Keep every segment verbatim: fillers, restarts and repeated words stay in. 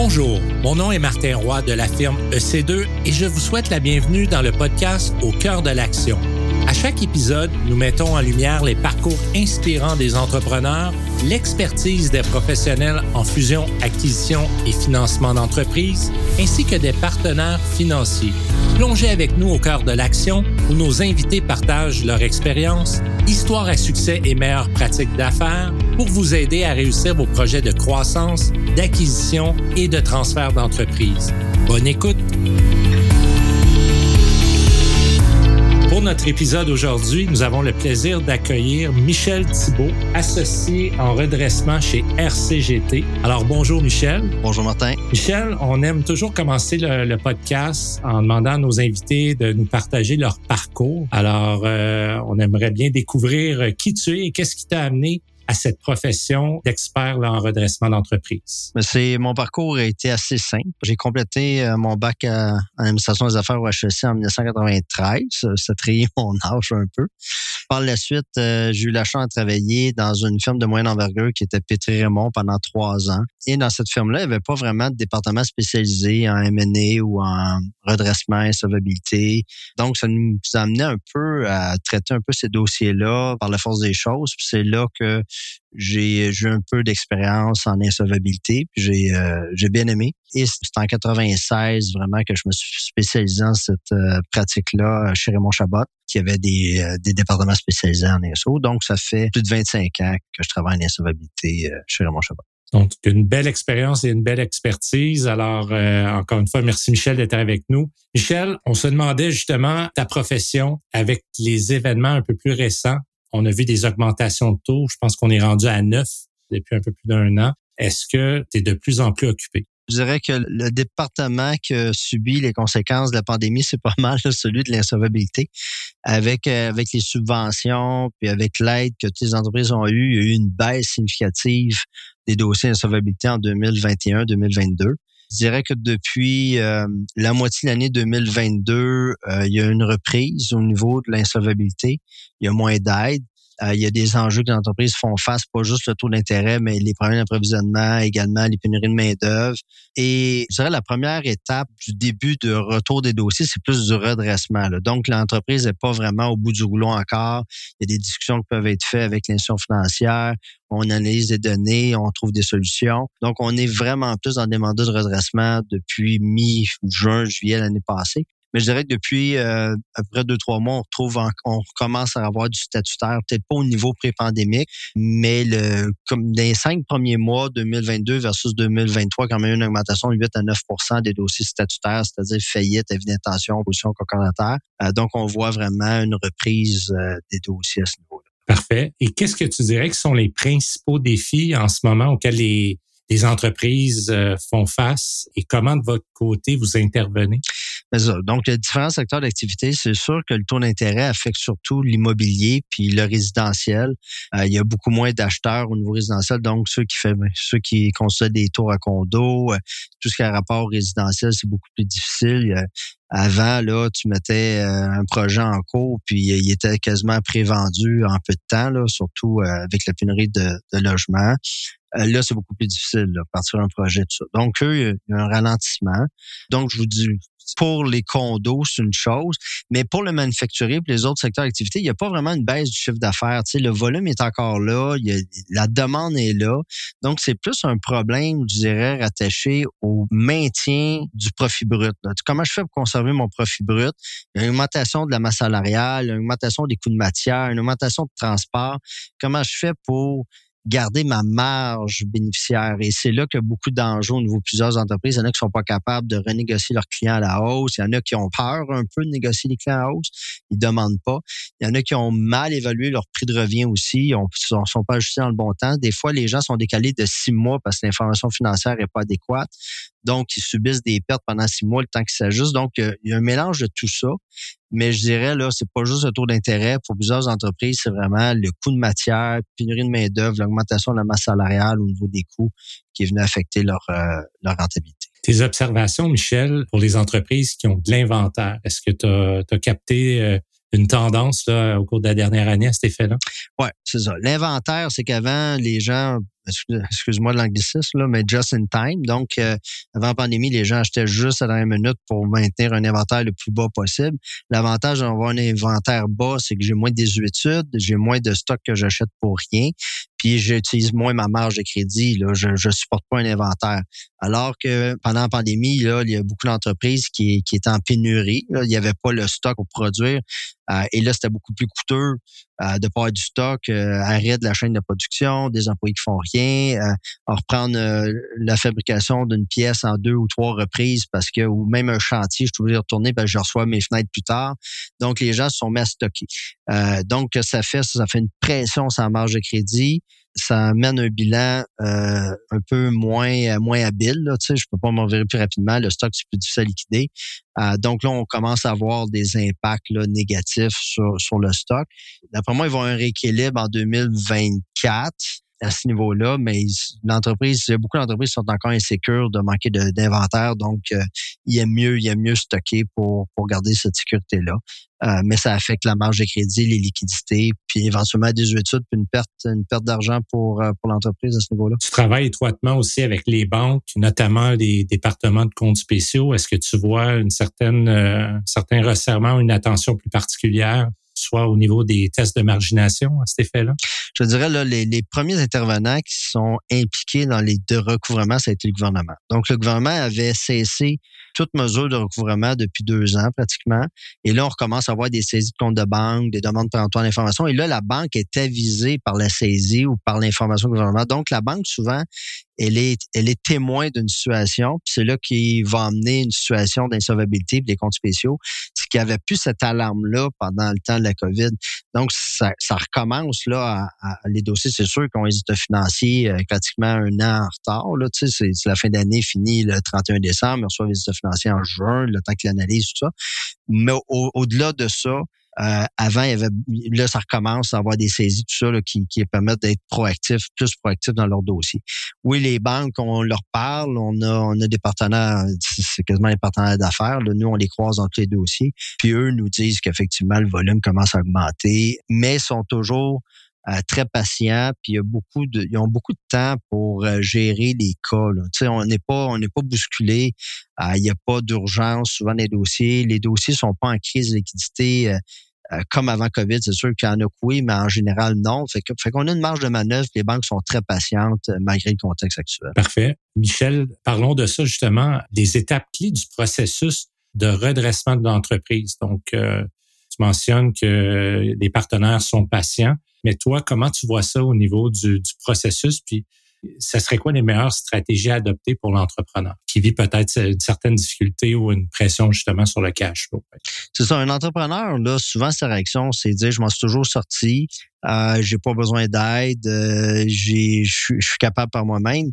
Bonjour, mon nom est Martin Roy de la firme E C deux et je vous souhaite la bienvenue dans le podcast Au cœur de l'action. À chaque épisode, nous mettons en lumière les parcours inspirants des entrepreneurs, l'expertise des professionnels en fusion, acquisition et financement d'entreprises, ainsi que des partenaires financiers. Plongez avec nous au cœur de l'action où nos invités partagent leur expérience, histoires à succès et meilleures pratiques d'affaires pour vous aider à réussir vos projets de croissance, d'acquisition et de transfert d'entreprise. Bonne écoute! Pour notre épisode aujourd'hui, nous avons le plaisir d'accueillir Michel Thibault, associé en redressement chez R C G T. Alors, bonjour Michel. Bonjour Martin. Michel, on aime toujours commencer le, le podcast en demandant à nos invités de nous partager leur parcours. Alors, euh, on aimerait bien découvrir qui tu es et qu'est-ce qui t'a amené à cette profession d'expert là, en redressement d'entreprise? C'est, mon parcours a été assez simple. J'ai complété euh, mon bac à, en administration des affaires au H E C en dix-neuf cent quatre-vingt-treize. Ça trahit mon âge un peu. Par la suite, euh, j'ai eu la chance de travailler dans une firme de moyenne envergure qui était Pétri Raymond pendant trois ans. Et dans cette firme-là, il n'y avait pas vraiment de département spécialisé en M and A ou en redressement, insolvabilité. Donc, ça nous amenait un peu à traiter un peu ces dossiers-là par la force des choses. Puis c'est là que J'ai, j'ai eu un peu d'expérience en insolvabilité, puis j'ai, euh, j'ai bien aimé. Et c'est en quatre-vingt-seize vraiment que je me suis spécialisé en cette euh, pratique-là chez Raymond Chabot, qui avait des, euh, des départements spécialisés en inso. Donc, ça fait plus de vingt-cinq ans que je travaille en insolvabilité euh, chez Raymond Chabot. Donc, une belle expérience et une belle expertise. Alors, euh, encore une fois, merci Michel d'être avec nous. Michel, on se demandait justement ta profession avec les événements un peu plus récents. On a vu des augmentations de taux. Je pense qu'on est rendu à neuf depuis un peu plus d'un an. Est-ce que tu es de plus en plus occupé? Je dirais que le département qui a subi les conséquences de la pandémie, c'est pas mal celui de l'insolvabilité. Avec, avec les subventions, puis avec l'aide que toutes les entreprises ont eue, il y a eu une baisse significative des dossiers d'insolvabilité en deux mille vingt et un deux mille vingt-deux. Je dirais que depuis euh, la moitié de l'année deux mille vingt-deux, euh, il y a une reprise au niveau de l'insolvabilité. Il y a moins d'aide. Euh, il y a des enjeux que les entreprises font face, pas juste le taux d'intérêt, mais les problèmes d'approvisionnement, également les pénuries de main-d'œuvre. Et je dirais la première étape du début de retour des dossiers, c'est plus du redressement, là. Donc, l'entreprise n'est pas vraiment au bout du rouleau encore. Il y a des discussions qui peuvent être faites avec l'institution financière. On analyse des données, on trouve des solutions. Donc, on est vraiment plus dans des mandats de redressement depuis mi-juin, juillet l'année passée. Mais je dirais que depuis euh, à peu près deux, trois mois, on retrouve, en, on commence à avoir du statutaire, peut-être pas au niveau pré-pandémique, mais le, comme dans les cinq premiers mois deux mille vingt-deux versus deux mille vingt-trois, quand même une augmentation de huit à neuf pour cent des dossiers statutaires, c'est-à-dire faillite, avis d'intention, position concordataire. Euh, donc, on voit vraiment une reprise euh, des dossiers à ce niveau-là. Parfait. Et qu'est-ce que tu dirais que sont les principaux défis en ce moment auxquels les, les entreprises euh, font face et comment de votre côté vous intervenez? Mais ça, donc, les différents secteurs d'activité, c'est sûr que le taux d'intérêt affecte surtout l'immobilier puis le résidentiel. Euh, il y a beaucoup moins d'acheteurs au niveau résidentiel, donc ceux qui fait, ceux qui construisent des tours à condos, euh, tout ce qui a rapport au résidentiel, c'est beaucoup plus difficile. Euh, avant, là, tu mettais euh, un projet en cours, puis il était quasiment prévendu en peu de temps, là, surtout euh, avec la pénurie de, de logements. Euh, là, c'est beaucoup plus difficile, là, partir un projet de ça. Donc, eux, il y a un ralentissement. Donc, je vous dis, pour les condos, c'est une chose, mais pour le manufacturier et les autres secteurs d'activité, il n'y a pas vraiment une baisse du chiffre d'affaires. Tu sais, le volume est encore là, il y a, la demande est là. Donc, c'est plus un problème, je dirais, rattaché au maintien du profit brut. Là. Comment je fais pour conserver mon profit brut? Il y a une augmentation de la masse salariale, une augmentation des coûts de matière, une augmentation de transport. Comment je fais pour garder ma marge bénéficiaire. Et c'est là qu'il y a beaucoup d'enjeux au niveau de plusieurs entreprises. Il y en a qui ne sont pas capables de renégocier leurs clients à la hausse. Il y en a qui ont peur un peu de négocier les clients à la hausse. Ils ne demandent pas. Il y en a qui ont mal évalué leur prix de revient aussi. Ils ne sont pas ajustés dans le bon temps. Des fois, les gens sont décalés de six mois parce que l'information financière n'est pas adéquate. Donc, ils subissent des pertes pendant six mois, le temps qu'ils s'ajustent. Donc, il y a un mélange de tout ça. Mais je dirais, là, c'est pas juste le taux d'intérêt. Pour plusieurs entreprises, c'est vraiment le coût de matière, pénurie de main-d'œuvre, l'augmentation de la masse salariale au niveau des coûts qui est venu affecter leur, euh, leur rentabilité. Tes observations, Michel, pour les entreprises qui ont de l'inventaire, est-ce que tu as capté euh, une tendance là, au cours de la dernière année à cet effet-là? Oui, c'est ça. L'inventaire, c'est qu'avant, les gens excuse-moi de l'anglicisme, là, mais just in time. Donc, euh, avant la pandémie, les gens achetaient juste à la dernière minute pour maintenir un inventaire le plus bas possible. L'avantage d'avoir un inventaire bas, c'est que j'ai moins de désuétude, j'ai moins de stock que j'achète pour rien, puis j'utilise moins ma marge de crédit. Là. Je ne supporte pas un inventaire. Alors que pendant la pandémie, là, il y a beaucoup d'entreprises qui, qui étaient en pénurie. Là. Il n'y avait pas le stock pour produire. Euh, et là, c'était beaucoup plus coûteux euh, de pas avoir du stock, euh, arrêt de la chaîne de production, des employés qui font rien, euh, reprendre euh, la fabrication d'une pièce en deux ou trois reprises parce que, ou même un chantier, je suis obligé de retourner parce que je reçois mes fenêtres plus tard. Donc, les gens se sont mis à stocker. Euh, donc, ça fait, ça fait une pression sur la marge de crédit. Ça amène un bilan euh, un peu moins moins habile. Là, tu sais, je peux pas m'en virer plus rapidement. Le stock, c'est plus difficile à liquider. Euh, donc là, on commence à avoir des impacts là, négatifs sur, sur le stock. D'après moi, ils vont avoir un rééquilibre en deux mille vingt-quatre à ce niveau-là, mais l'entreprise, il y a beaucoup d'entreprises qui sont encore insécures de manquer de, d'inventaire, donc euh, il aime mieux, il aime mieux stocker pour, pour garder cette sécurité-là. Euh, mais ça affecte la marge de crédit, les liquidités, puis éventuellement des études, puis une perte, une perte d'argent pour, pour l'entreprise à ce niveau-là. Tu travailles étroitement aussi avec les banques, notamment les départements de comptes spéciaux. Est-ce que tu vois une certaine, euh, un certain resserrement, une attention plus particulière, soit au niveau des tests de margination à cet effet-là? Je dirais, là, les, les premiers intervenants qui sont impliqués dans les deux recouvrements, ça a été le gouvernement. Donc, le gouvernement avait cessé toute mesure de recouvrement depuis deux ans pratiquement. Et là, on recommence à avoir des saisies de comptes de banque, des demandes péremptoires d'information. Et là, la banque est avisée par la saisie ou par l'information du gouvernement. Donc, la banque, souvent, elle est, elle est témoin d'une situation. Puis c'est là qu'il va amener une situation d'insolvabilité pour les comptes spéciaux. Ce qui avait plus cette alarme-là pendant le temps de la COVID. Donc, ça, ça recommence là à, à les dossiers. C'est sûr qu'on a les états financiers euh, pratiquement un an en retard. Là, tu sais, c'est, c'est la fin d'année finie le trente et un décembre. On reçoit les états financiers en juin, le temps qu'ils analysent tout ça. Mais au, au-delà de ça, Euh, avant, il y avait, là, ça recommence à avoir des saisies, tout ça, là, qui, qui permettent d'être proactifs, plus proactifs dans leur dossier. Oui, les banques, on leur parle, on a, on a des partenaires, c'est quasiment des partenaires d'affaires. Là, nous, on les croise dans tous les dossiers. Puis eux nous disent qu'effectivement, le volume commence à augmenter, mais ils sont toujours euh, très patients. Puis il y a beaucoup de, ils ont beaucoup de temps pour euh, gérer les cas. Là. Tu sais, on n'est pas, on n'est pas bousculé. Euh, il n'y a pas d'urgence souvent dans les dossiers. Les dossiers sont pas en crise de liquidité. Euh, Euh, comme avant COVID, c'est sûr qu'il y en a que oui, mais en général, non. Fait, que, fait qu'on a une marge de manœuvre, les banques sont très patientes euh, malgré le contexte actuel. Parfait. Michel, parlons de ça justement, les étapes clés du processus de redressement de l'entreprise. Donc, euh, tu mentionnes que les partenaires sont patients, mais toi, comment tu vois ça au niveau du, du processus? Puis, ça serait quoi les meilleures stratégies à adopter pour l'entrepreneur qui vit peut-être une certaine difficulté ou une pression justement sur le cash flow? C'est ça, un entrepreneur, là, souvent sa réaction, c'est de dire je m'en suis toujours sorti, euh, j'ai pas besoin d'aide, euh, j'ai, je suis capable par moi-même.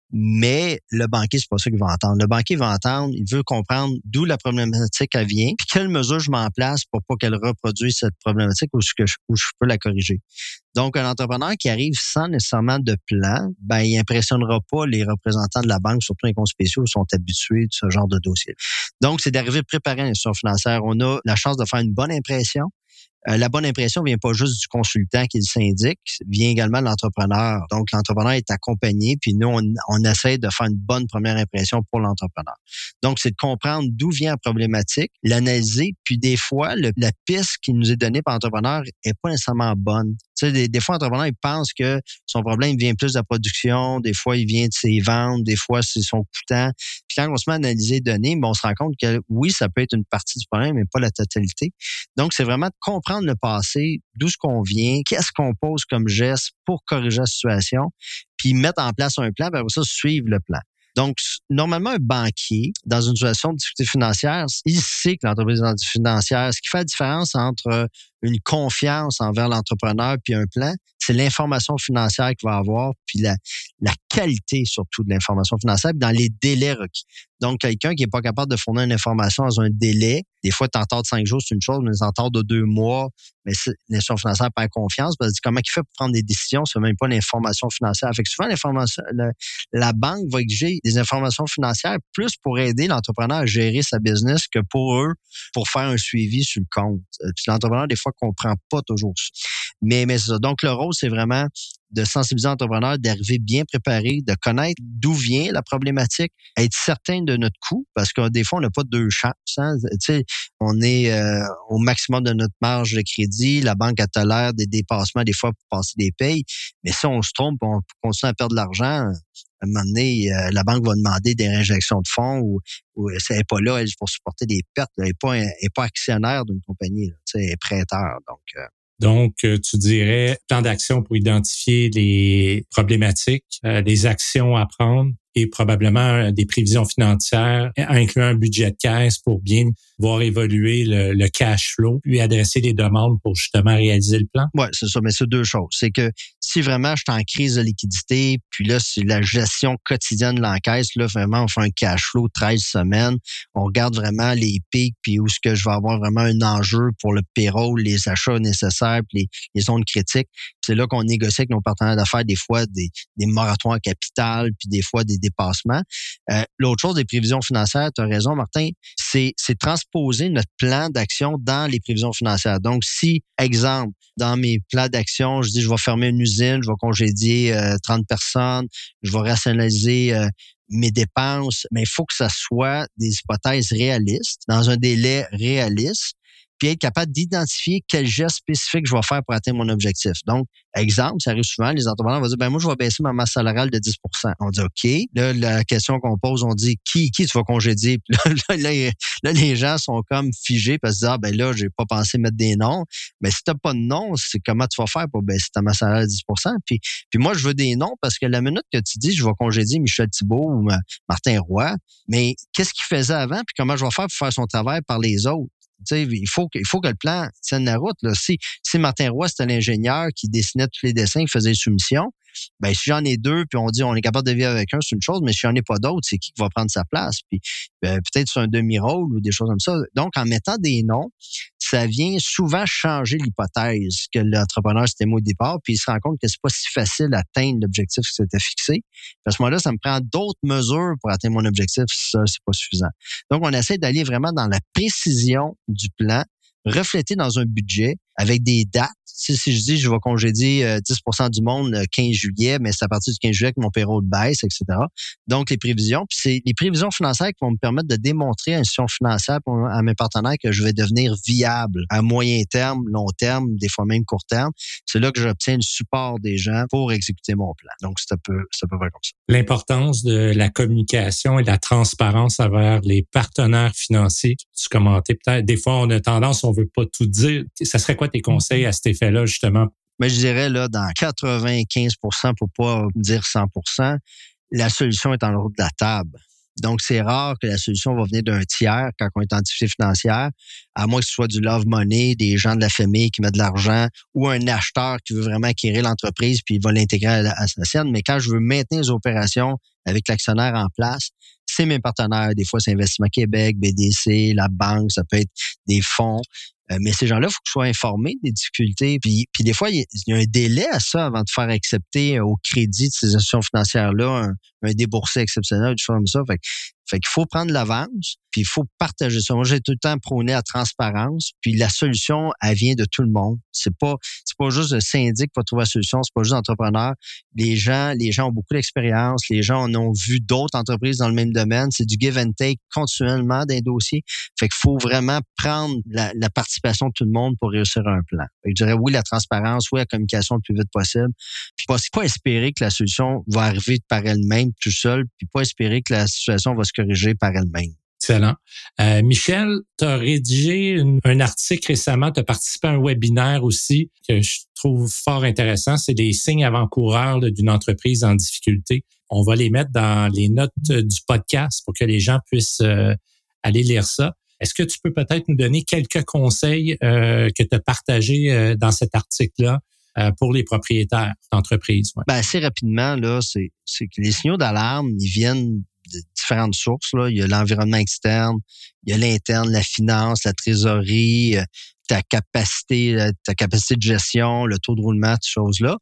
Mais le banquier, c'est pas ça qu'il va entendre. Le banquier va entendre, il veut comprendre d'où la problématique elle vient, puis quelles mesures je mets en place pour pas qu'elle reproduise cette problématique ou que je, où je peux la corriger. Donc, un entrepreneur qui arrive sans nécessairement de plan, ben, il impressionnera pas les représentants de la banque, surtout les comptes spéciaux, qui sont habitués de ce genre de dossier. Donc, c'est d'arriver préparé à l'institution financière. On a la chance de faire une bonne impression. Euh, la bonne impression vient pas juste du consultant qui le syndique, vient également de l'entrepreneur. Donc, l'entrepreneur est accompagné, puis nous, on, on essaie de faire une bonne première impression pour l'entrepreneur. Donc, c'est de comprendre d'où vient la problématique, l'analyser, puis des fois, le, la piste qui nous est donnée par l'entrepreneur est pas nécessairement bonne. Tu sais, des, des fois, l'entrepreneur, il pense que son problème vient plus de la production, des fois, il vient de ses ventes, des fois, c'est son coûtant. Puis quand on se met à analyser les données, ben, on se rend compte que oui, ça peut être une partie du problème, mais pas la totalité. Donc, c'est vraiment de comprendre le passé, d'où ce qu'on vient, qu'est-ce qu'on pose comme geste pour corriger la situation, puis mettre en place un plan, puis après ça, suivre le plan. Donc, normalement, un banquier, dans une situation de difficulté financière, il sait que l'entreprise est financière. Ce qui fait la différence entre une confiance envers l'entrepreneur puis un plan, c'est l'information financière qu'il va avoir, puis la, la qualité surtout de l'information financière, puis dans les délais requis. Donc, quelqu'un qui n'est pas capable de fournir une information dans un délai, des fois, tu en de cinq jours, c'est une chose, mais tu en de deux mois, mais l'institution financière perd confiance, parce que comment il fait pour prendre des décisions, c'est même pas l'information financière. Fait que souvent, l'information, la, la banque va exiger des informations financières plus pour aider l'entrepreneur à gérer sa business que pour eux, pour faire un suivi sur le compte. Puis l'entrepreneur, des fois, comprend pas toujours ça. Mais, mais c'est ça. Donc, le rôle, c'est vraiment de sensibiliser l'entrepreneur, d'arriver bien préparé, de connaître d'où vient la problématique, être certain de notre coût, parce que des fois, on n'a pas deux chances. Hein. Tu sais, on est euh, au maximum de notre marge de crédit, la banque a tolère des dépassements des fois pour passer des payes, mais si on se trompe, on continue à perdre de l'argent, à un moment donné, euh, la banque va demander des réinjections de fonds ou, ou elle n'est pas là elle, pour supporter des pertes. Elle n'est pas, pas actionnaire d'une compagnie. Là, elle est prêteur. Donc, euh, Donc, tu dirais plan d'action pour identifier les problématiques, euh, les actions à prendre et probablement des prévisions financières, incluant un budget de caisse pour bien voir évoluer le, le cash flow, puis adresser les demandes pour justement réaliser le plan? Oui, c'est ça. Mais c'est deux choses. C'est que si vraiment je suis en crise de liquidité, puis là, c'est la gestion quotidienne de l'encaisse, là, vraiment, on fait un cash flow treize semaines. On regarde vraiment les pics, puis où est-ce que je vais avoir vraiment un enjeu pour le payroll, les achats nécessaires, puis les, les zones critiques. Puis c'est là qu'on négocie avec nos partenaires d'affaires des fois des, des moratoires capital, puis des fois des dépassements. Euh, l'autre chose, des prévisions financières, tu as raison, Martin, c'est, c'est transposer notre plan d'action dans les prévisions financières. Donc, si, exemple, dans mes plans d'action, je dis je vais fermer une usine, je vais congédier euh, trente personnes, je vais rationaliser euh, mes dépenses, mais il faut que ça soit des hypothèses réalistes, dans un délai réaliste, puis être capable d'identifier quel geste spécifique je vais faire pour atteindre mon objectif. Donc, exemple, ça arrive souvent, les entrepreneurs vont dire, ben moi, je vais baisser ma masse salariale de dix pour cent. On dit, OK. Là, la question qu'on pose, on dit, qui, qui tu vas congédier? Puis là, là, là, là, les gens sont comme figés parce qu'ils disent, ah, ben là, j'ai pas pensé mettre des noms. Mais si t'as pas de nom, c'est comment tu vas faire pour baisser ta masse salariale de dix pour cent? Puis, puis moi, je veux des noms parce que la minute que tu dis, je vais congédier Michel Thibault ou Martin Roy, mais qu'est-ce qu'il faisait avant? Puis comment je vais faire pour faire son travail par les autres? Tu sais, il faut que, il faut que le plan tienne la route. Là. Si, si Martin Roy, c'était l'ingénieur qui dessinait tous les dessins, qui faisait les soumissions, ben si j'en ai deux, puis on dit on est capable de vivre avec un, c'est une chose, mais si j'en ai pas d'autres, c'est qui qui va prendre sa place? Puis ben, peut-être c'est un demi-rôle ou des choses comme ça. Donc, en mettant des noms, ça vient souvent changer l'hypothèse que l'entrepreneur s'était mis au départ, puis il se rend compte que c'est pas si facile d'atteindre l'objectif qui s'était fixé. À ce moment-là, ça me prend d'autres mesures pour atteindre mon objectif. Ça, c'est pas suffisant. Donc, on essaie d'aller vraiment dans la précision du plan, refléter dans un budget avec des dates. Si, si je dis je vais congédier euh, dix pour cent du monde le quinze juillet, mais c'est à partir du quinze juillet que mon payroll baisse, et cetera. Donc, les prévisions. Puis c'est les prévisions financières qui vont me permettre de démontrer à l'institution financière pour, à mes partenaires que je vais devenir viable à moyen terme, long terme, des fois même court terme. C'est là que j'obtiens le support des gens pour exécuter mon plan. Donc, c'est un peu, c'est un peu comme ça. L'importance de la communication et de la transparence envers les partenaires financiers. Tu commentais peut-être, des fois, on a tendance, on veut pas tout dire. Ça serait quoi tes conseils à cet effet-là, justement? Mais je dirais, là, dans quatre-vingt-quinze pour cent, pour pas dire cent pour cent, la solution est en haut de la table. Donc, c'est rare que la solution va venir d'un tiers quand on est en difficulté financière, à moins que ce soit du love money, des gens de la famille qui mettent de l'argent ou un acheteur qui veut vraiment acquérir l'entreprise puis il va l'intégrer à, la, à sa sienne. Mais quand je veux maintenir les opérations avec l'actionnaire en place, c'est mes partenaires. Des fois, c'est Investissement Québec, B D C, la banque, ça peut être des fonds. Euh, mais ces gens-là, il faut qu'ils soient informés des difficultés. Puis, puis des fois, il y a un délai à ça avant de faire accepter au crédit de ces institutions financières-là un, un déboursé exceptionnel, des choses comme ça. Fait, fait qu'il faut prendre l'avance, puis il faut partager ça. Moi, j'ai tout le temps prôné la transparence, puis la solution, elle vient de tout le monde. C'est pas, c'est pas juste le syndic qui va trouver la solution, c'est pas juste l'entrepreneur. Les gens, les gens ont beaucoup d'expérience, les gens en ont vu d'autres entreprises dans le même domaine. C'est du give and take continuellement d'un dossier. Fait qu'il faut vraiment prendre la, la participation de tout le monde pour réussir un plan. Fait que je dirais oui, la transparence, oui, la communication le plus vite possible. Puis pas, pas espérer que la solution va arriver par elle-même tout seul, puis pas espérer que la situation va se corriger par elle-même. Excellent. Euh, Michel, tu as rédigé une, un article récemment, tu as participé à un webinaire aussi que je trouve fort intéressant. C'est les signes avant-coureurs là, d'une entreprise en difficulté. On va les mettre dans les notes euh, du podcast pour que les gens puissent euh, aller lire ça. Est-ce que tu peux peut-être nous donner quelques conseils euh, que tu as partagés euh, dans cet article-là euh, pour les propriétaires d'entreprises? Ouais. Ben, assez rapidement, là, c'est, c'est que les signaux d'alarme, ils viennent de différentes sources. Là. Il y a l'environnement externe, il y a l'interne, la finance, la trésorerie, ta capacité, ta capacité de gestion, le taux de roulement, ces choses-là.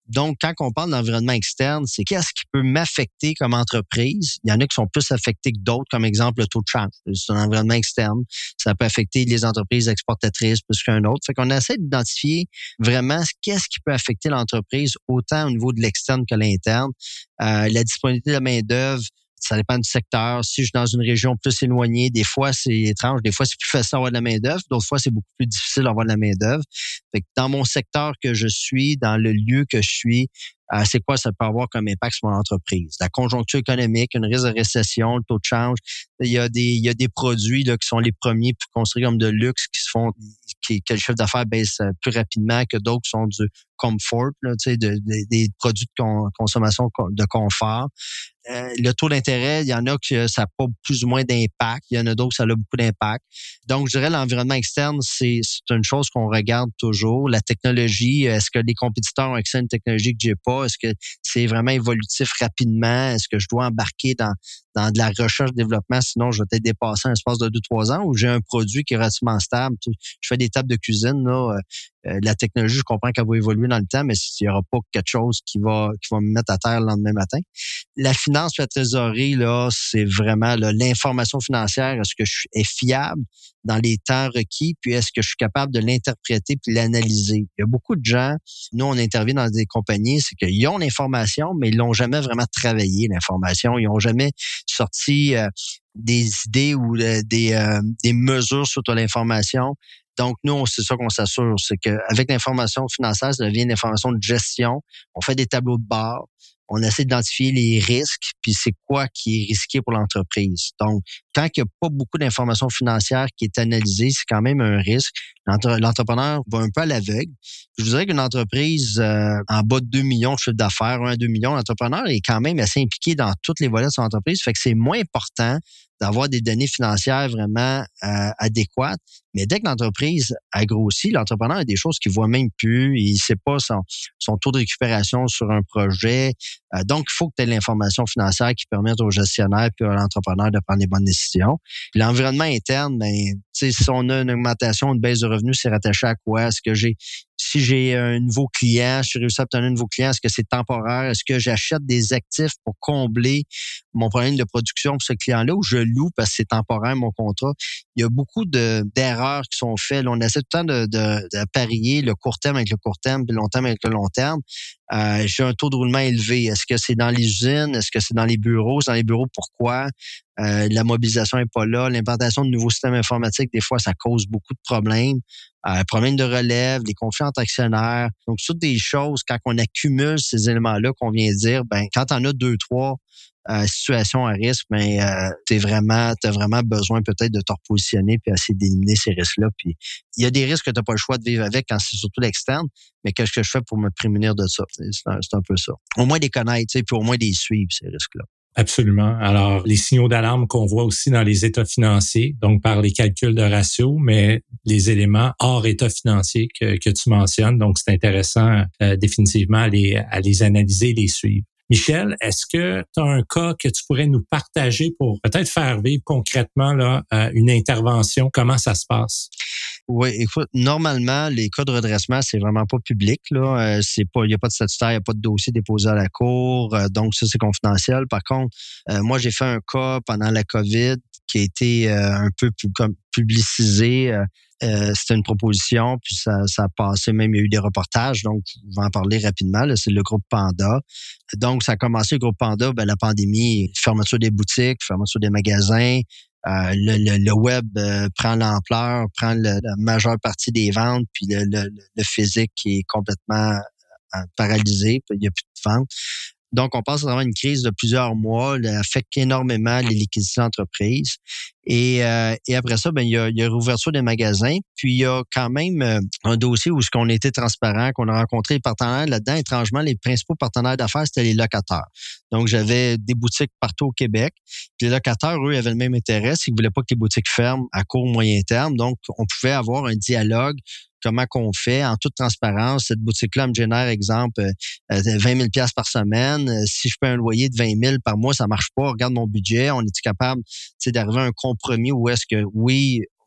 Donc, quand on parle d'environnement externe, c'est qu'est-ce qui peut m'affecter comme entreprise? Il y en a qui sont plus affectés que d'autres, comme exemple le taux de change. C'est un environnement externe. Ça peut affecter les entreprises exportatrices plus qu'un autre. Fait qu'on essaie d'identifier vraiment qu'est-ce qui peut affecter l'entreprise autant au niveau de l'externe que l'interne. Euh, la disponibilité de la main-d'œuvre, ça dépend du secteur. Si je suis dans une région plus éloignée, des fois, c'est étrange. Des fois, c'est plus facile d'avoir de la main-d'œuvre. D'autres fois, c'est beaucoup plus difficile d'avoir de la main-d'œuvre. Fait que dans mon secteur que je suis, dans le lieu que je suis, euh, c'est quoi ça peut avoir comme impact sur mon entreprise? La conjoncture économique, une risque de récession, le taux de change. Il y a des, il y a des produits là, qui sont les premiers pour construire comme de luxe qui se font, qui, que le chiffre d'affaires baisse plus rapidement que d'autres qui sont du comfort, là, tu sais, de, de, des produits de con, consommation de confort. Euh, le taux d'intérêt, il y en a que ça n'a pas plus ou moins d'impact. Il y en a d'autres que ça a beaucoup d'impact. Donc, je dirais l'environnement externe, c'est, c'est une chose qu'on regarde toujours. La technologie, est-ce que les compétiteurs ont accès à une technologie que j'ai pas? Est-ce que c'est vraiment évolutif rapidement? Est-ce que je dois embarquer dans, dans de la recherche-développement? Sinon, je vais peut-être dépasser un espace de deux trois ans où j'ai un produit qui est relativement stable. Je fais des tables de cuisine, là. Euh, la technologie, je comprends qu'elle va évoluer dans le temps, mais il n'y aura pas quelque chose qui va qui va me mettre à terre le lendemain matin. La finance et la trésorerie, là, c'est vraiment là, l'information financière. Est-ce que je suis est fiable dans les temps requis? Puis est-ce que je suis capable de l'interpréter puis l'analyser? Il y a beaucoup de gens, nous, on intervient dans des compagnies, c'est qu'ils ont l'information, mais ils l'ont jamais vraiment travaillé, l'information. Ils n'ont jamais sorti euh, des idées ou euh, des, euh, des mesures sur l'information. Donc, nous, c'est ça qu'on s'assure, c'est qu'avec l'information financière, ça devient une information de gestion. On fait des tableaux de bord, on essaie d'identifier les risques, puis c'est quoi qui est risqué pour l'entreprise. Donc, quand il n'y a pas beaucoup d'informations financières qui est analysée, c'est quand même un risque. L'entre- l'entrepreneur va un peu à l'aveugle. Je vous dirais qu'une entreprise euh, en bas de deux millions de chiffre d'affaires, un à deux millions, l'entrepreneur est quand même assez impliqué dans toutes les volets de son entreprise. Fait que c'est moins important d'avoir des données financières vraiment euh, adéquates. Mais dès que l'entreprise a grossi, l'entrepreneur a des choses qu'il voit même plus. Il ne sait pas son, son taux de récupération sur un projet. Euh, donc, il faut que tu aies l'information financière qui permette au gestionnaire et à l'entrepreneur de prendre les bonnes décisions. Puis l'environnement interne, ben, tu sais, si on a une augmentation, une baisse de revenus, c'est rattaché à quoi? Est-ce que j'ai Si j'ai un nouveau client, je suis réussi à obtenir un nouveau client, est-ce que c'est temporaire? Est-ce que j'achète des actifs pour combler mon problème de production pour ce client-là ou je loue parce que c'est temporaire mon contrat? Il y a beaucoup de, d'erreurs qui sont faites. Là, on essaie tout le temps de, de, de parier le court terme avec le court terme puis le long terme avec le long terme. Euh, j'ai un taux de roulement élevé. Est-ce que c'est dans les usines? Est-ce que c'est dans les bureaux? C'est dans les bureaux, pourquoi? Euh, la mobilisation n'est pas là. L'implantation de nouveaux systèmes informatiques, des fois, ça cause beaucoup de problèmes. Euh, problèmes de relève, des conflits entre actionnaires. Donc, toutes des choses, quand on accumule ces éléments-là qu'on vient de dire, ben, quand on a deux, trois euh, situations à risque, ben, euh, t'es vraiment, t'as vraiment besoin peut-être de te repositionner puis essayer d'éliminer ces risques-là. Puis, il y a des risques que t'as pas le choix de vivre avec quand c'est surtout l'externe, mais qu'est-ce que je fais pour me prémunir de ça? C'est un, c'est un peu ça. Au moins les connaître, tu sais, puis au moins les suivre, ces risques-là. Absolument. Alors, les signaux d'alarme qu'on voit aussi dans les états financiers, donc par les calculs de ratio, mais les éléments hors état financier que, que tu mentionnes. Donc, c'est intéressant euh, définitivement à les, à les analyser et les suivre. Michel, est-ce que tu as un cas que tu pourrais nous partager pour peut-être faire vivre concrètement là, euh, une intervention? Comment ça se passe? Oui, écoute, normalement, les cas de redressement, c'est vraiment pas public, là. Euh, c'est pas, il n'y a pas de statutaire, il n'y a pas de dossier déposé à la cour. Euh, donc, ça, c'est confidentiel. Par contre, euh, moi, j'ai fait un cas pendant la COVID qui a été euh, un peu plus comme publicisé. Euh, euh, c'était une proposition, puis ça, ça a passé, même il y a eu des reportages, donc je vais en parler rapidement. Là, c'est le groupe Panda. Donc, ça a commencé, le groupe Panda, ben, la pandémie, fermeture des boutiques, fermeture des magasins. Euh, le, le, le web euh, prend l'ampleur, prend le, la majeure partie des ventes, puis le, le, le physique qui est complètement euh, paralysé, puis il n'y a plus de ventes. Donc, on passe à travers une crise de plusieurs mois, elle affecte énormément les liquidités d'entreprise. Et, euh, et après ça, ben il y a, il y a réouverture des magasins. Puis il y a quand même euh, un dossier où ce qu'on était transparent, qu'on a rencontré les partenaires là-dedans. Étrangement, les principaux partenaires d'affaires, c'était les locataires. Donc, j'avais des boutiques partout au Québec. Puis les locataires, eux, avaient le même intérêt, c'est qu'ils voulaient pas que les boutiques ferment à court ou moyen terme. Donc, on pouvait avoir un dialogue. Comment qu'on fait en toute transparence. Cette boutique-là me génère, exemple, euh, vingt mille dollars par semaine. Euh, si je paie un loyer de vingt mille par mois, ça marche pas. Regarde mon budget. On est capable d'arriver à un compromis où est-ce que, oui,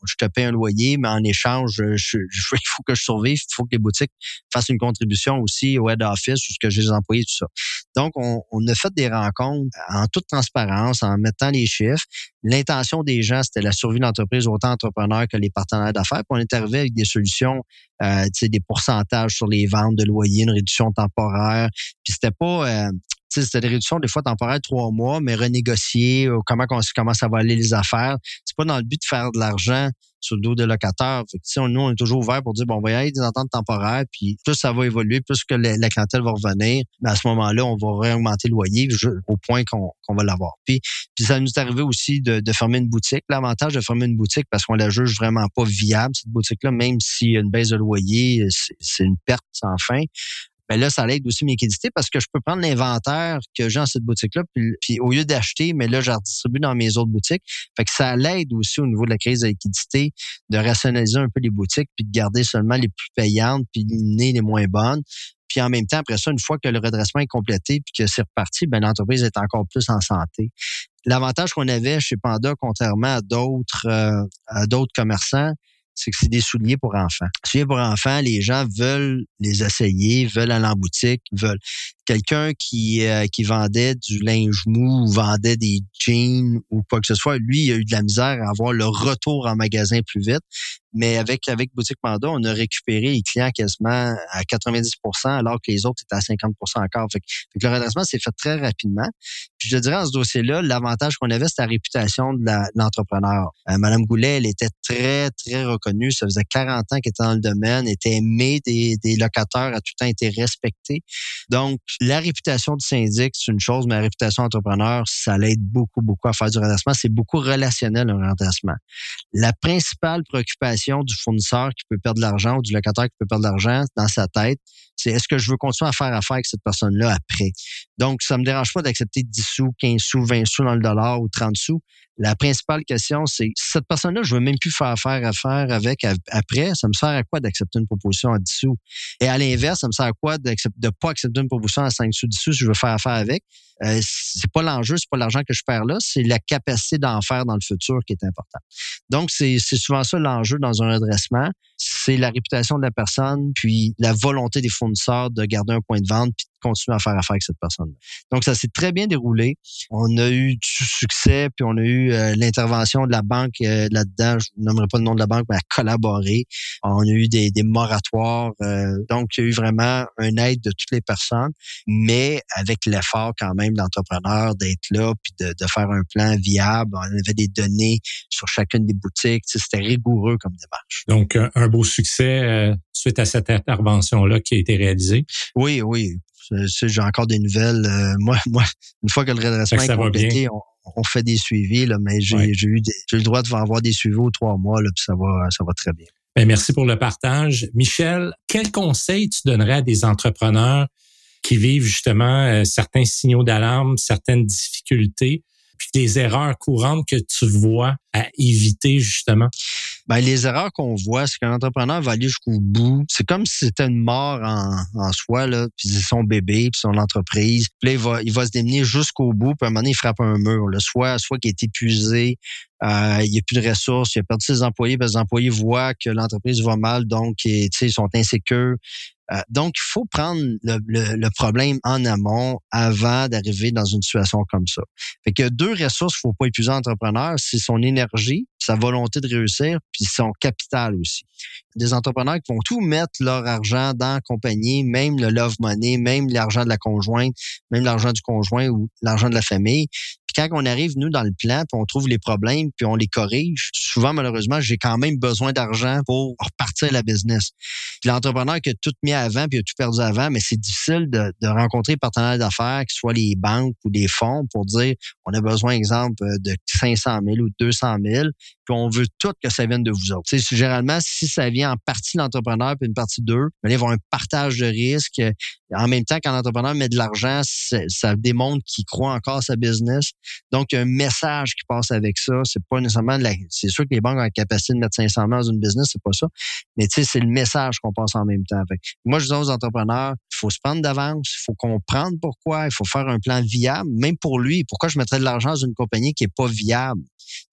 je te paie un loyer, mais en échange, je, je, il faut que je survive, il faut que les boutiques fassent une contribution aussi au head office, ou ce que j'ai les employés, tout ça. Donc, on, on a fait des rencontres en toute transparence, en mettant les chiffres. L'intention des gens, c'était la survie de l'entreprise, autant entrepreneurs que les partenaires d'affaires. Puis on est arrivé avec des solutions, euh, tu sais, des pourcentages sur les ventes de loyer, une réduction temporaire. Puis c'était pas... Euh, c'était des réductions des fois temporaires de trois mois, mais renégocier, comment, comment ça va aller les affaires. C'est pas dans le but de faire de l'argent sur le dos des locataires. Fait que, nous, on est toujours ouvert pour dire, bon, on va y aller des ententes temporaires, puis plus ça va évoluer, plus que la, la clientèle va revenir, mais à ce moment-là, on va réaugmenter le loyer je, au point qu'on, qu'on va l'avoir. Puis, puis ça nous est arrivé aussi de, de fermer une boutique. L'avantage de fermer une boutique, parce qu'on la juge vraiment pas viable, cette boutique-là, même s'il y a une baisse de loyer, c'est, c'est une perte sans fin. Mais là, ça l'aide aussi mes liquidités parce que je peux prendre l'inventaire que j'ai dans cette boutique-là, puis, puis au lieu d'acheter, mais là, je redistribue dans mes autres boutiques. Fait que ça l'aide aussi au niveau de la crise de liquidité de rationaliser un peu les boutiques, puis de garder seulement les plus payantes, puis d'éliminer les moins bonnes. Puis en même temps, après ça, une fois que le redressement est complété puis que c'est reparti, ben l'entreprise est encore plus en santé. L'avantage qu'on avait chez Panda, contrairement à d'autres euh, à d'autres commerçants, c'est que c'est des souliers pour enfants. Souliers pour enfants, les gens veulent les essayer, veulent aller en boutique, veulent. Quelqu'un qui euh, qui vendait du linge mou ou vendait des jeans ou quoi que ce soit, lui, il a eu de la misère à avoir le retour en magasin plus vite. Mais avec avec Boutique Panda, on a récupéré les clients quasiment à quatre-vingt-dix pour cent alors que les autres étaient à cinquante pour cent encore. Fait que, fait que le redressement s'est fait très rapidement. Puis je dirais, en ce dossier-là, l'avantage qu'on avait, c'était la réputation de, la, de l'entrepreneur. Euh, Madame Goulet, elle était très, très reconnue. Ça faisait quarante ans qu'elle était dans le domaine, était aimée des, des locataires, a tout le temps été respectée. Donc, la réputation du syndic, c'est une chose, mais la réputation d'entrepreneur, ça l'aide beaucoup, beaucoup à faire du redressement. C'est beaucoup relationnel, un redressement. La principale préoccupation du fournisseur qui peut perdre de l'argent ou du locataire qui peut perdre de l'argent dans sa tête, c'est est-ce que je veux continuer à faire affaire avec cette personne-là après? Donc, ça me dérange pas d'accepter dix sous, quinze sous, vingt sous dans le dollar ou trente sous. La principale question, c'est cette personne-là, je veux même plus faire affaire, affaire avec après. Ça me sert à quoi d'accepter une proposition à dix sous? Et à l'inverse, ça me sert à quoi de ne pas accepter une proposition à cinq sous, dix sous si je veux faire affaire avec? Euh, c'est pas l'enjeu, c'est pas l'argent que je perds là, c'est la capacité d'en faire dans le futur qui est important. Donc, c'est, c'est souvent ça l'enjeu dans un redressement. C'est la réputation de la personne, puis la volonté des fournisseurs de garder un point de vente, puis de continuer à faire affaire avec cette personne-là. Donc, ça s'est très bien déroulé. On a eu du succès, puis on a eu euh, l'intervention de la banque euh, là-dedans. Je ne nommerai pas le nom de la banque, mais elle a collaboré. On a eu des, des moratoires. Euh, donc, il y a eu vraiment une aide de toutes les personnes, mais avec l'effort quand même de l'entrepreneur d'être là, puis de, de faire un plan viable. On avait des données sur chacune des boutiques. Tu sais, c'était rigoureux comme démarche. Donc, un, un beau succès euh, suite à cette intervention-là qui a été réalisée. Oui, oui. J'ai encore des nouvelles. Euh, moi, moi, une fois que le redressement est complété, on, on fait des suivis, là, mais j'ai, ouais. j'ai, eu des, j'ai eu le droit de avoir des suivis aux trois mois, là, puis ça va, ça va très bien. Bien, merci pour le partage. Michel, quel conseil tu donnerais à des entrepreneurs qui vivent justement euh, certains signaux d'alarme, certaines difficultés, puis des erreurs courantes que tu vois à éviter justement? Ben, les erreurs qu'on voit, c'est qu'un entrepreneur va aller jusqu'au bout. C'est comme si c'était une mort en, en soi, là, puis c'est son bébé, puis son entreprise. Puis là, il va, il va se démener jusqu'au bout, puis à un moment donné, il frappe un mur. Là. Soit, soit qu'il est épuisé, euh, il n'y a plus de ressources, il a perdu ses employés, parce que les employés voient que l'entreprise va mal, donc ils sont insécures. Euh, donc, il faut prendre le, le, le problème en amont avant d'arriver dans une situation comme ça. Fait qu'il y a deux ressources qu'il ne faut pas épuiser l'entrepreneur, c'est son énergie, sa volonté de réussir, puis son capital aussi. Des entrepreneurs qui vont tout mettre leur argent dans la compagnie, même le love money, même l'argent de la conjointe, même l'argent du conjoint ou l'argent de la famille. Puis quand on arrive, nous, dans le plan, puis on trouve les problèmes, puis on les corrige, souvent, malheureusement, j'ai quand même besoin d'argent pour repartir la business. Puis l'entrepreneur qui a tout mis avant, puis a tout perdu avant, mais c'est difficile de, de rencontrer des partenaires d'affaires, que ce soit les banques ou des fonds, pour dire, on a besoin, exemple, de cinq cent mille ou deux cent mille, puis on veut tout que ça vienne de vous autres. Tu sais, généralement, si ça vient en partie de l'entrepreneur puis une partie d'eux, ben, ils vont avoir un partage de risque. En même temps, quand l'entrepreneur met de l'argent, ça démontre qu'il croit encore à sa business. Donc, il y a un message qui passe avec ça. C'est pas nécessairement de la, c'est sûr que les banques ont la capacité de mettre cinq cent mille dans une business, c'est pas ça. Mais tu sais, c'est le message qu'on passe en même temps. Fait. Moi, je dis aux entrepreneurs, il faut se prendre d'avance, il faut comprendre pourquoi, il faut faire un plan viable, même pour lui. Pourquoi je mettrais de l'argent dans une compagnie qui est pas viable? Tu sais,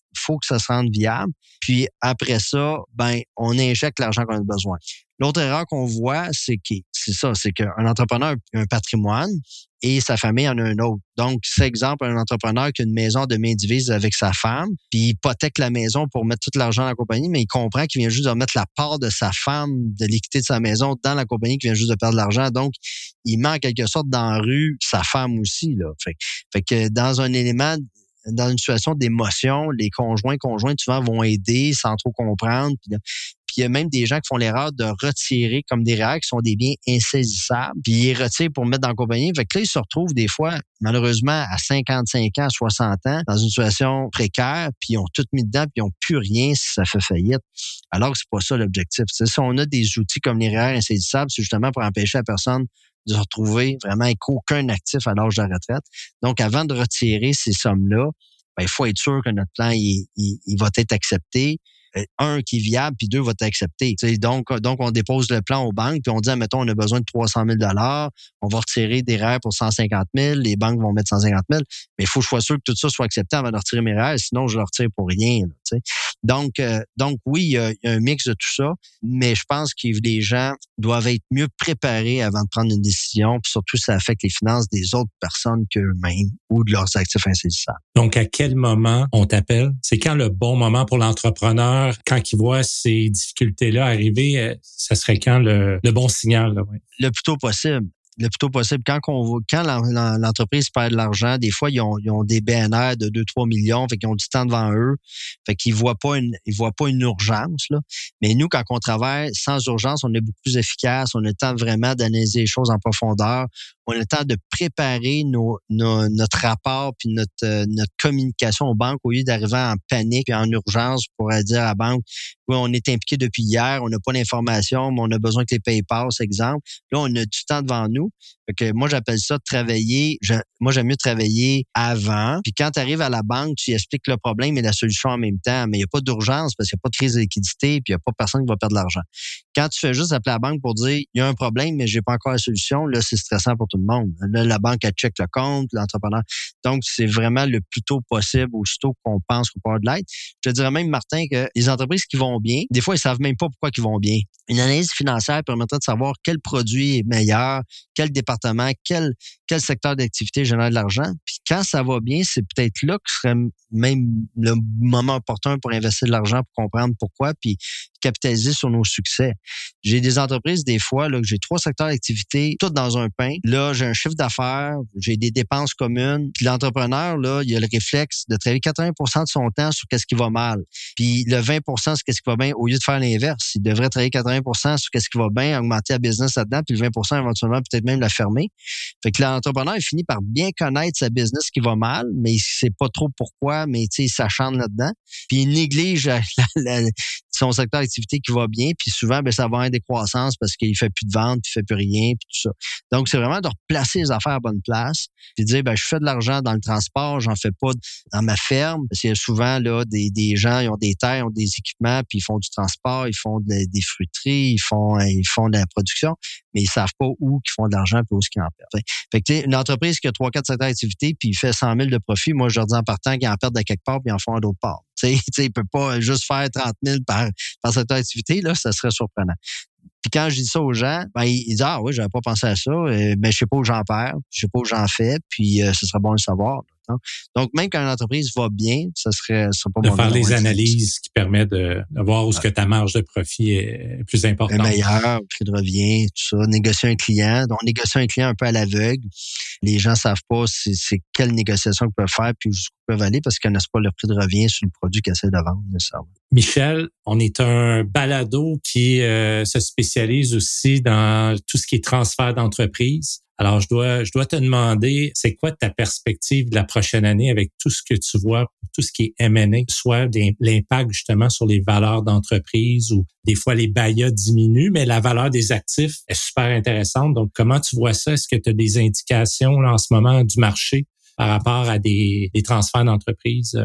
Il faut que ça se rende viable. Puis après ça, ben, on injecte l'argent qu'on a besoin. L'autre erreur qu'on voit, c'est que c'est ça, c'est qu'un entrepreneur a un patrimoine et sa famille en a un autre. Donc, c'est exemple, un entrepreneur qui a une maison de main divise avec sa femme, puis il hypothèque la maison pour mettre tout l'argent dans la compagnie, mais il comprend qu'il vient juste de mettre la part de sa femme, de l'équité de sa maison dans la compagnie qui vient juste de perdre de l'argent. Donc, il met en quelque sorte dans la rue sa femme aussi, là. Fait, fait que dans un élément dans une situation d'émotion, les conjoints, conjointes, souvent, vont aider sans trop comprendre. Puis, là, puis il y a même des gens qui font l'erreur de retirer comme des R E E R qui sont des biens insaisissables. Puis ils retirent pour mettre dans la compagnie. Fait que là, ils se retrouvent des fois, malheureusement, à cinquante-cinq ans, soixante ans, dans une situation précaire, puis ils ont tout mis dedans, puis ils n'ont plus rien si ça fait faillite. Alors que c'est pas ça l'objectif. T'sais, si on a des outils comme les R E E R insaisissables, c'est justement pour empêcher la personne de se retrouver vraiment avec aucun actif à l'âge de la retraite. Donc, avant de retirer ces sommes-là, ben, il faut être sûr que notre plan, il, il, il va être accepté. Un, qui est viable, puis deux, va être accepté. T'sais, donc, donc, on dépose le plan aux banques, puis on dit, admettons, on a besoin de trois cent mille dollars, on va retirer des R E E R pour cent cinquante mille, les banques vont mettre cent cinquante mille, mais il faut que je sois sûr que tout ça soit accepté avant de retirer mes R E E R, sinon je le retire pour rien. Là, donc, euh, donc, oui, il y, a, il y a un mix de tout ça, mais je pense que les gens doivent être mieux préparés avant de prendre une décision, puis surtout, ça affecte les finances des autres personnes qu'eux-mêmes ou de leurs actifs insaisissables. Donc, à quel moment on t'appelle? C'est quand le bon moment pour l'entrepreneur? Quand il voit ces difficultés-là arriver, ça serait quand le, le bon signal? Là, ouais. Le plus tôt possible. Le plus tôt possible. Quand, on, quand l'entreprise perd de l'argent, des fois, ils ont, ils ont des B N R de deux à trois millions, fait qu'ils ont du temps devant eux, fait qu'ils voient pas une, ils voient pas une urgence, là. Mais nous, quand on travaille sans urgence, on est beaucoup plus efficace, on a le temps vraiment d'analyser les choses en profondeur, on a le temps de préparer nos, nos, notre rapport puis notre, euh, notre communication aux banques au lieu d'arriver en panique et en urgence pour dire à la banque, oui, on est impliqué depuis hier, on n'a pas d'informations, mais on a besoin que les payes passent, exemple. Là, on a du temps devant nous. Fait que moi, j'appelle ça travailler. Je, moi, j'aime mieux travailler avant. Puis quand tu arrives à la banque, tu expliques le problème et la solution en même temps. Mais il n'y a pas d'urgence parce qu'il n'y a pas de crise de liquidité puis il n'y a pas personne qui va perdre de l'argent. Quand tu fais juste appeler la banque pour dire, il y a un problème, mais j'ai pas encore la solution, là, c'est stressant pour tout le monde. Là, la banque, elle check le compte, l'entrepreneur. Donc, c'est vraiment le plus tôt possible, aussitôt qu'on pense qu'on peut avoir de l'aide. Je te dirais même, Martin, que les entreprises qui vont bien, des fois, ils savent même pas pourquoi ils vont bien. Une analyse financière permettrait de savoir quel produit est meilleur, quel département, quel, quel secteur d'activité génère de l'argent. Puis quand ça va bien, c'est peut-être là que serait même le moment opportun pour investir de l'argent, pour comprendre pourquoi, puis capitaliser sur nos succès. J'ai des entreprises, des fois, là, que j'ai trois secteurs d'activité, tout dans un pain. Là, j'ai un chiffre d'affaires, j'ai des dépenses communes. Puis l'entrepreneur, là, il a le réflexe de travailler quatre-vingts pour cent de son temps sur qu'est-ce qui va mal. Puis le vingt pour cent sur qu'est-ce qui va bien, au lieu de faire l'inverse. Il devrait travailler quatre-vingts pour cent sur qu'est-ce qui va bien, augmenter la business là-dedans, puis le vingt pour cent éventuellement peut-être même la fermer. Fait que l'entrepreneur, il finit par bien connaître sa business qui va mal, mais il sait pas trop pourquoi, mais tu sais, il s'acharne là-dedans. Puis il néglige la, la, la, son secteur d'activité qui va bien, puis souvent, ben ça va avoir une décroissance parce qu'il fait plus de ventes, il fait plus rien, puis tout ça. Donc, c'est vraiment de replacer les affaires à bonne place, puis de dire, ben je fais de l'argent dans le transport, j'en fais pas dans ma ferme, parce qu'il y a souvent là des, des gens, ils ont des terres, ils ont des équipements, puis ils font du transport, ils font de, des fruiteries, ils font ils font de la production, mais ils savent pas où ils font de l'argent puis où est-ce qu'ils en perdent. Fait que une entreprise qui a trois quatre secteurs d'activité puis il fait cent mille de profit, moi je leur dis en partant qu'ils en perdent de quelque part puis ils en font à d'autres parts. Tu sais, il peut pas juste faire trente mille par, par secteur d'activité, là, ça serait surprenant. Puis quand je dis ça aux gens, ben ils disent ah oui, j'avais pas pensé à ça, euh, mais je sais pas où j'en perds, je sais pas où j'en fais, puis euh, ce serait bon de le savoir. Là, donc même quand une entreprise va bien, ça serait, ça serait pas de mon faire des analyses ça. Qui permettent de, de voir où est-ce que ta marge de profit est plus importante. Le meilleur, prix de revient, tout ça, négocier un client. Donc négocier un client un peu à l'aveugle. Les gens savent pas c'est, c'est quelle négociation ils peuvent faire puis jusqu'où ils peuvent aller parce qu'ils connaissent pas le prix de revient sur le produit qu'ils essaient de vendre. Ça. Michel, on est un balado qui euh, se spécialise aussi dans tout ce qui est transfert d'entreprise. Alors, je dois, je dois te demander, c'est quoi ta perspective de la prochaine année avec tout ce que tu vois, tout ce qui est M and A, soit l'impact justement sur les valeurs d'entreprise ou des fois les B A Y A diminuent, mais la valeur des actifs est super intéressante. Donc, comment tu vois ça? Est-ce que tu as des indications là, en ce moment du marché par rapport à des, des transferts d'entreprise? Ouais.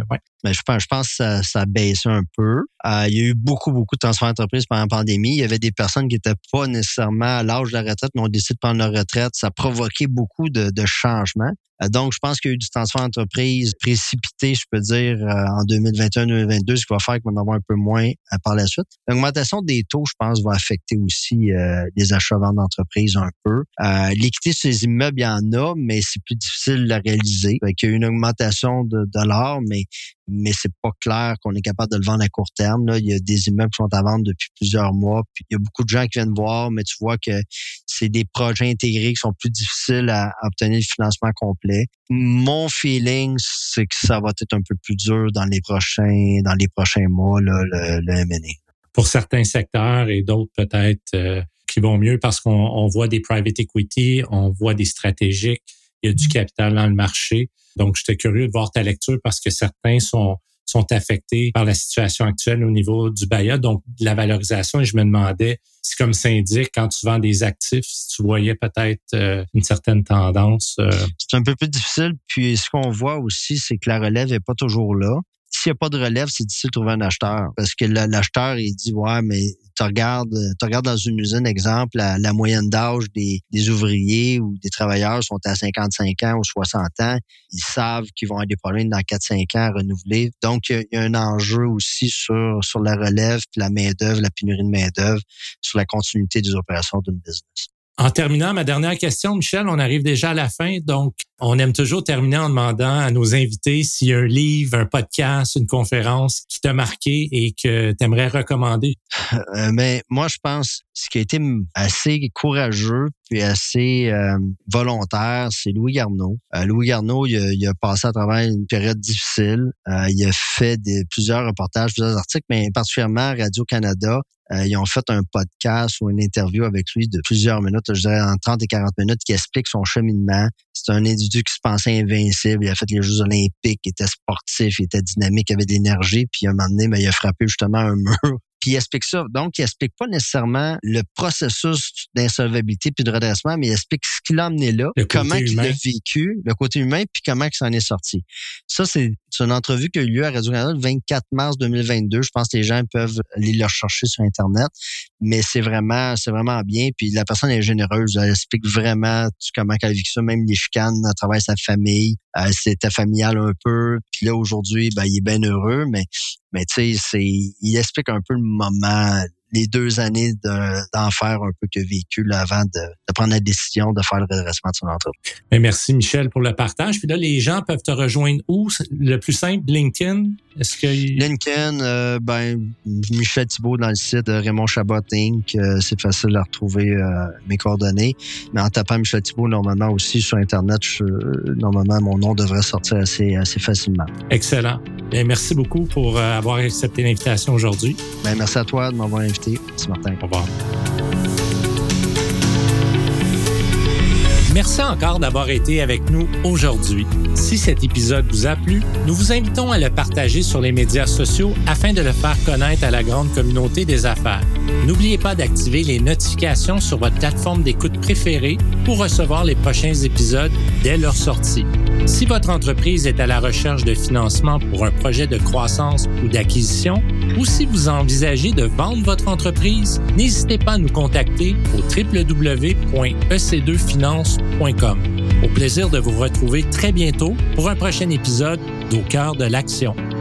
mais je pense, je pense que ça, ça a baissé un peu. Euh, il y a eu beaucoup, beaucoup de transferts d'entreprise pendant la pandémie. Il y avait des personnes qui n'étaient pas nécessairement à l'âge de la retraite, mais ont décidé de prendre leur retraite. Ça a provoqué beaucoup de, de changements. Euh, donc, je pense qu'il y a eu du transfert d'entreprise précipité, je peux dire, euh, en deux mille vingt et un deux mille vingt-deux, ce qui va faire qu'on va en avoir un peu moins euh, par la suite. L'augmentation des taux, je pense, va affecter aussi euh, les achats-ventes d'entreprise un peu. Euh, l'équité sur les immeubles, il y en a, mais c'est plus difficile de la réaliser. Fait qu'il y a eu une augmentation de dollars, mais mais c'est pas clair qu'on est capable de le vendre à court terme. Là, il y a des immeubles qui sont à vendre depuis plusieurs mois. Puis il y a beaucoup de gens qui viennent voir, mais tu vois que c'est des projets intégrés qui sont plus difficiles à, à obtenir le financement complet. Mon feeling, c'est que ça va être un peu plus dur dans les prochains dans les prochains mois, là, le, le M and A. Pour certains secteurs et d'autres peut-être euh, qui vont mieux parce qu'on on voit des private equity, on voit des stratégiques, il y a du capital dans le marché. Donc, j'étais curieux de voir ta lecture parce que certains sont sont affectés par la situation actuelle au niveau du B A Y A, donc de la valorisation. Et je me demandais si, comme syndic, quand tu vends des actifs, si tu voyais peut-être euh, une certaine tendance. Euh... C'est un peu plus difficile. Puis, ce qu'on voit aussi, c'est que la relève n'est pas toujours là. S'il n'y a pas de relève, c'est difficile de trouver un acheteur. Parce que l'acheteur, il dit, ouais, mais tu regardes, tu regardes dans une usine, exemple, la, la moyenne d'âge des, des ouvriers ou des travailleurs sont à cinquante-cinq ans ou soixante ans. Ils savent qu'ils vont avoir des problèmes dans quatre à cinq ans à renouveler. Donc, il y a un enjeu aussi sur, sur la relève, puis la main-d'œuvre, la pénurie de main-d'œuvre, sur la continuité des opérations d'une business. En terminant, ma dernière question, Michel, on arrive déjà à la fin. Donc, on aime toujours terminer en demandant à nos invités s'il y a un livre, un podcast, une conférence qui t'a marqué et que tu aimerais recommander. Euh, mais moi, je pense ce qui a été assez courageux puis assez euh, volontaire, c'est Louis Garneau. Euh, Louis Garneau, il a, il a passé à travers une période difficile. Euh, il a fait des, plusieurs reportages, plusieurs articles, mais particulièrement Radio-Canada. Euh, ils ont fait un podcast ou une interview avec lui de plusieurs minutes, je dirais en trente et quarante minutes, qui explique son cheminement. C'est un individu qui se pensait invincible. Il a fait les Jeux olympiques, il était sportif, il était dynamique, il avait de l'énergie. Puis à un moment donné, ben, il a frappé justement un mur. Puis il explique ça. Donc, il explique pas nécessairement le processus d'insolvabilité puis de redressement, mais il explique ce qui l'a amené là, comment il l'a vécu, le côté humain, puis comment il s'en est sorti. Ça, c'est, c'est une entrevue qui a eu lieu à Radio-Canada le vingt-quatre mars deux mille vingt-deux. Je pense que les gens peuvent aller le rechercher sur Internet, mais c'est vraiment, c'est vraiment bien. Puis la personne est généreuse. Elle explique vraiment comment elle a vécu ça, même les chicanes à travers sa famille. Euh, c'était familial un peu. Puis là, aujourd'hui, ben, il est bien heureux, mais Mais tu sais, c'est, il explique un peu le moment, les deux années de, d'enfer un peu qu'il a vécu là, avant de, de prendre la décision de faire le redressement de son entreprise. Mais merci Michel pour le partage. Puis là, les gens peuvent te rejoindre où? Le plus simple, LinkedIn? Est-ce que... LinkedIn, euh, ben, Michel Thibault dans le site de Raymond Chabot Incorporé. Euh, c'est facile de retrouver euh, mes coordonnées. Mais en tapant Michel Thibault, normalement aussi sur Internet, je, normalement, mon nom devrait sortir assez, assez facilement. Excellent. Bien, merci beaucoup pour euh, avoir accepté l'invitation aujourd'hui. Ben, merci à toi de m'avoir invité. Merci Martin. Au revoir. Merci encore d'avoir été avec nous aujourd'hui. Si cet épisode vous a plu, nous vous invitons à le partager sur les médias sociaux afin de le faire connaître à la grande communauté des affaires. N'oubliez pas d'activer les notifications sur votre plateforme d'écoute préférée pour recevoir les prochains épisodes dès leur sortie. Si votre entreprise est à la recherche de financement pour un projet de croissance ou d'acquisition, ou si vous envisagez de vendre votre entreprise, n'hésitez pas à nous contacter au w w w point e c deux finance point com. Au plaisir de vous retrouver très bientôt pour un prochain épisode d'Au cœur de l'action.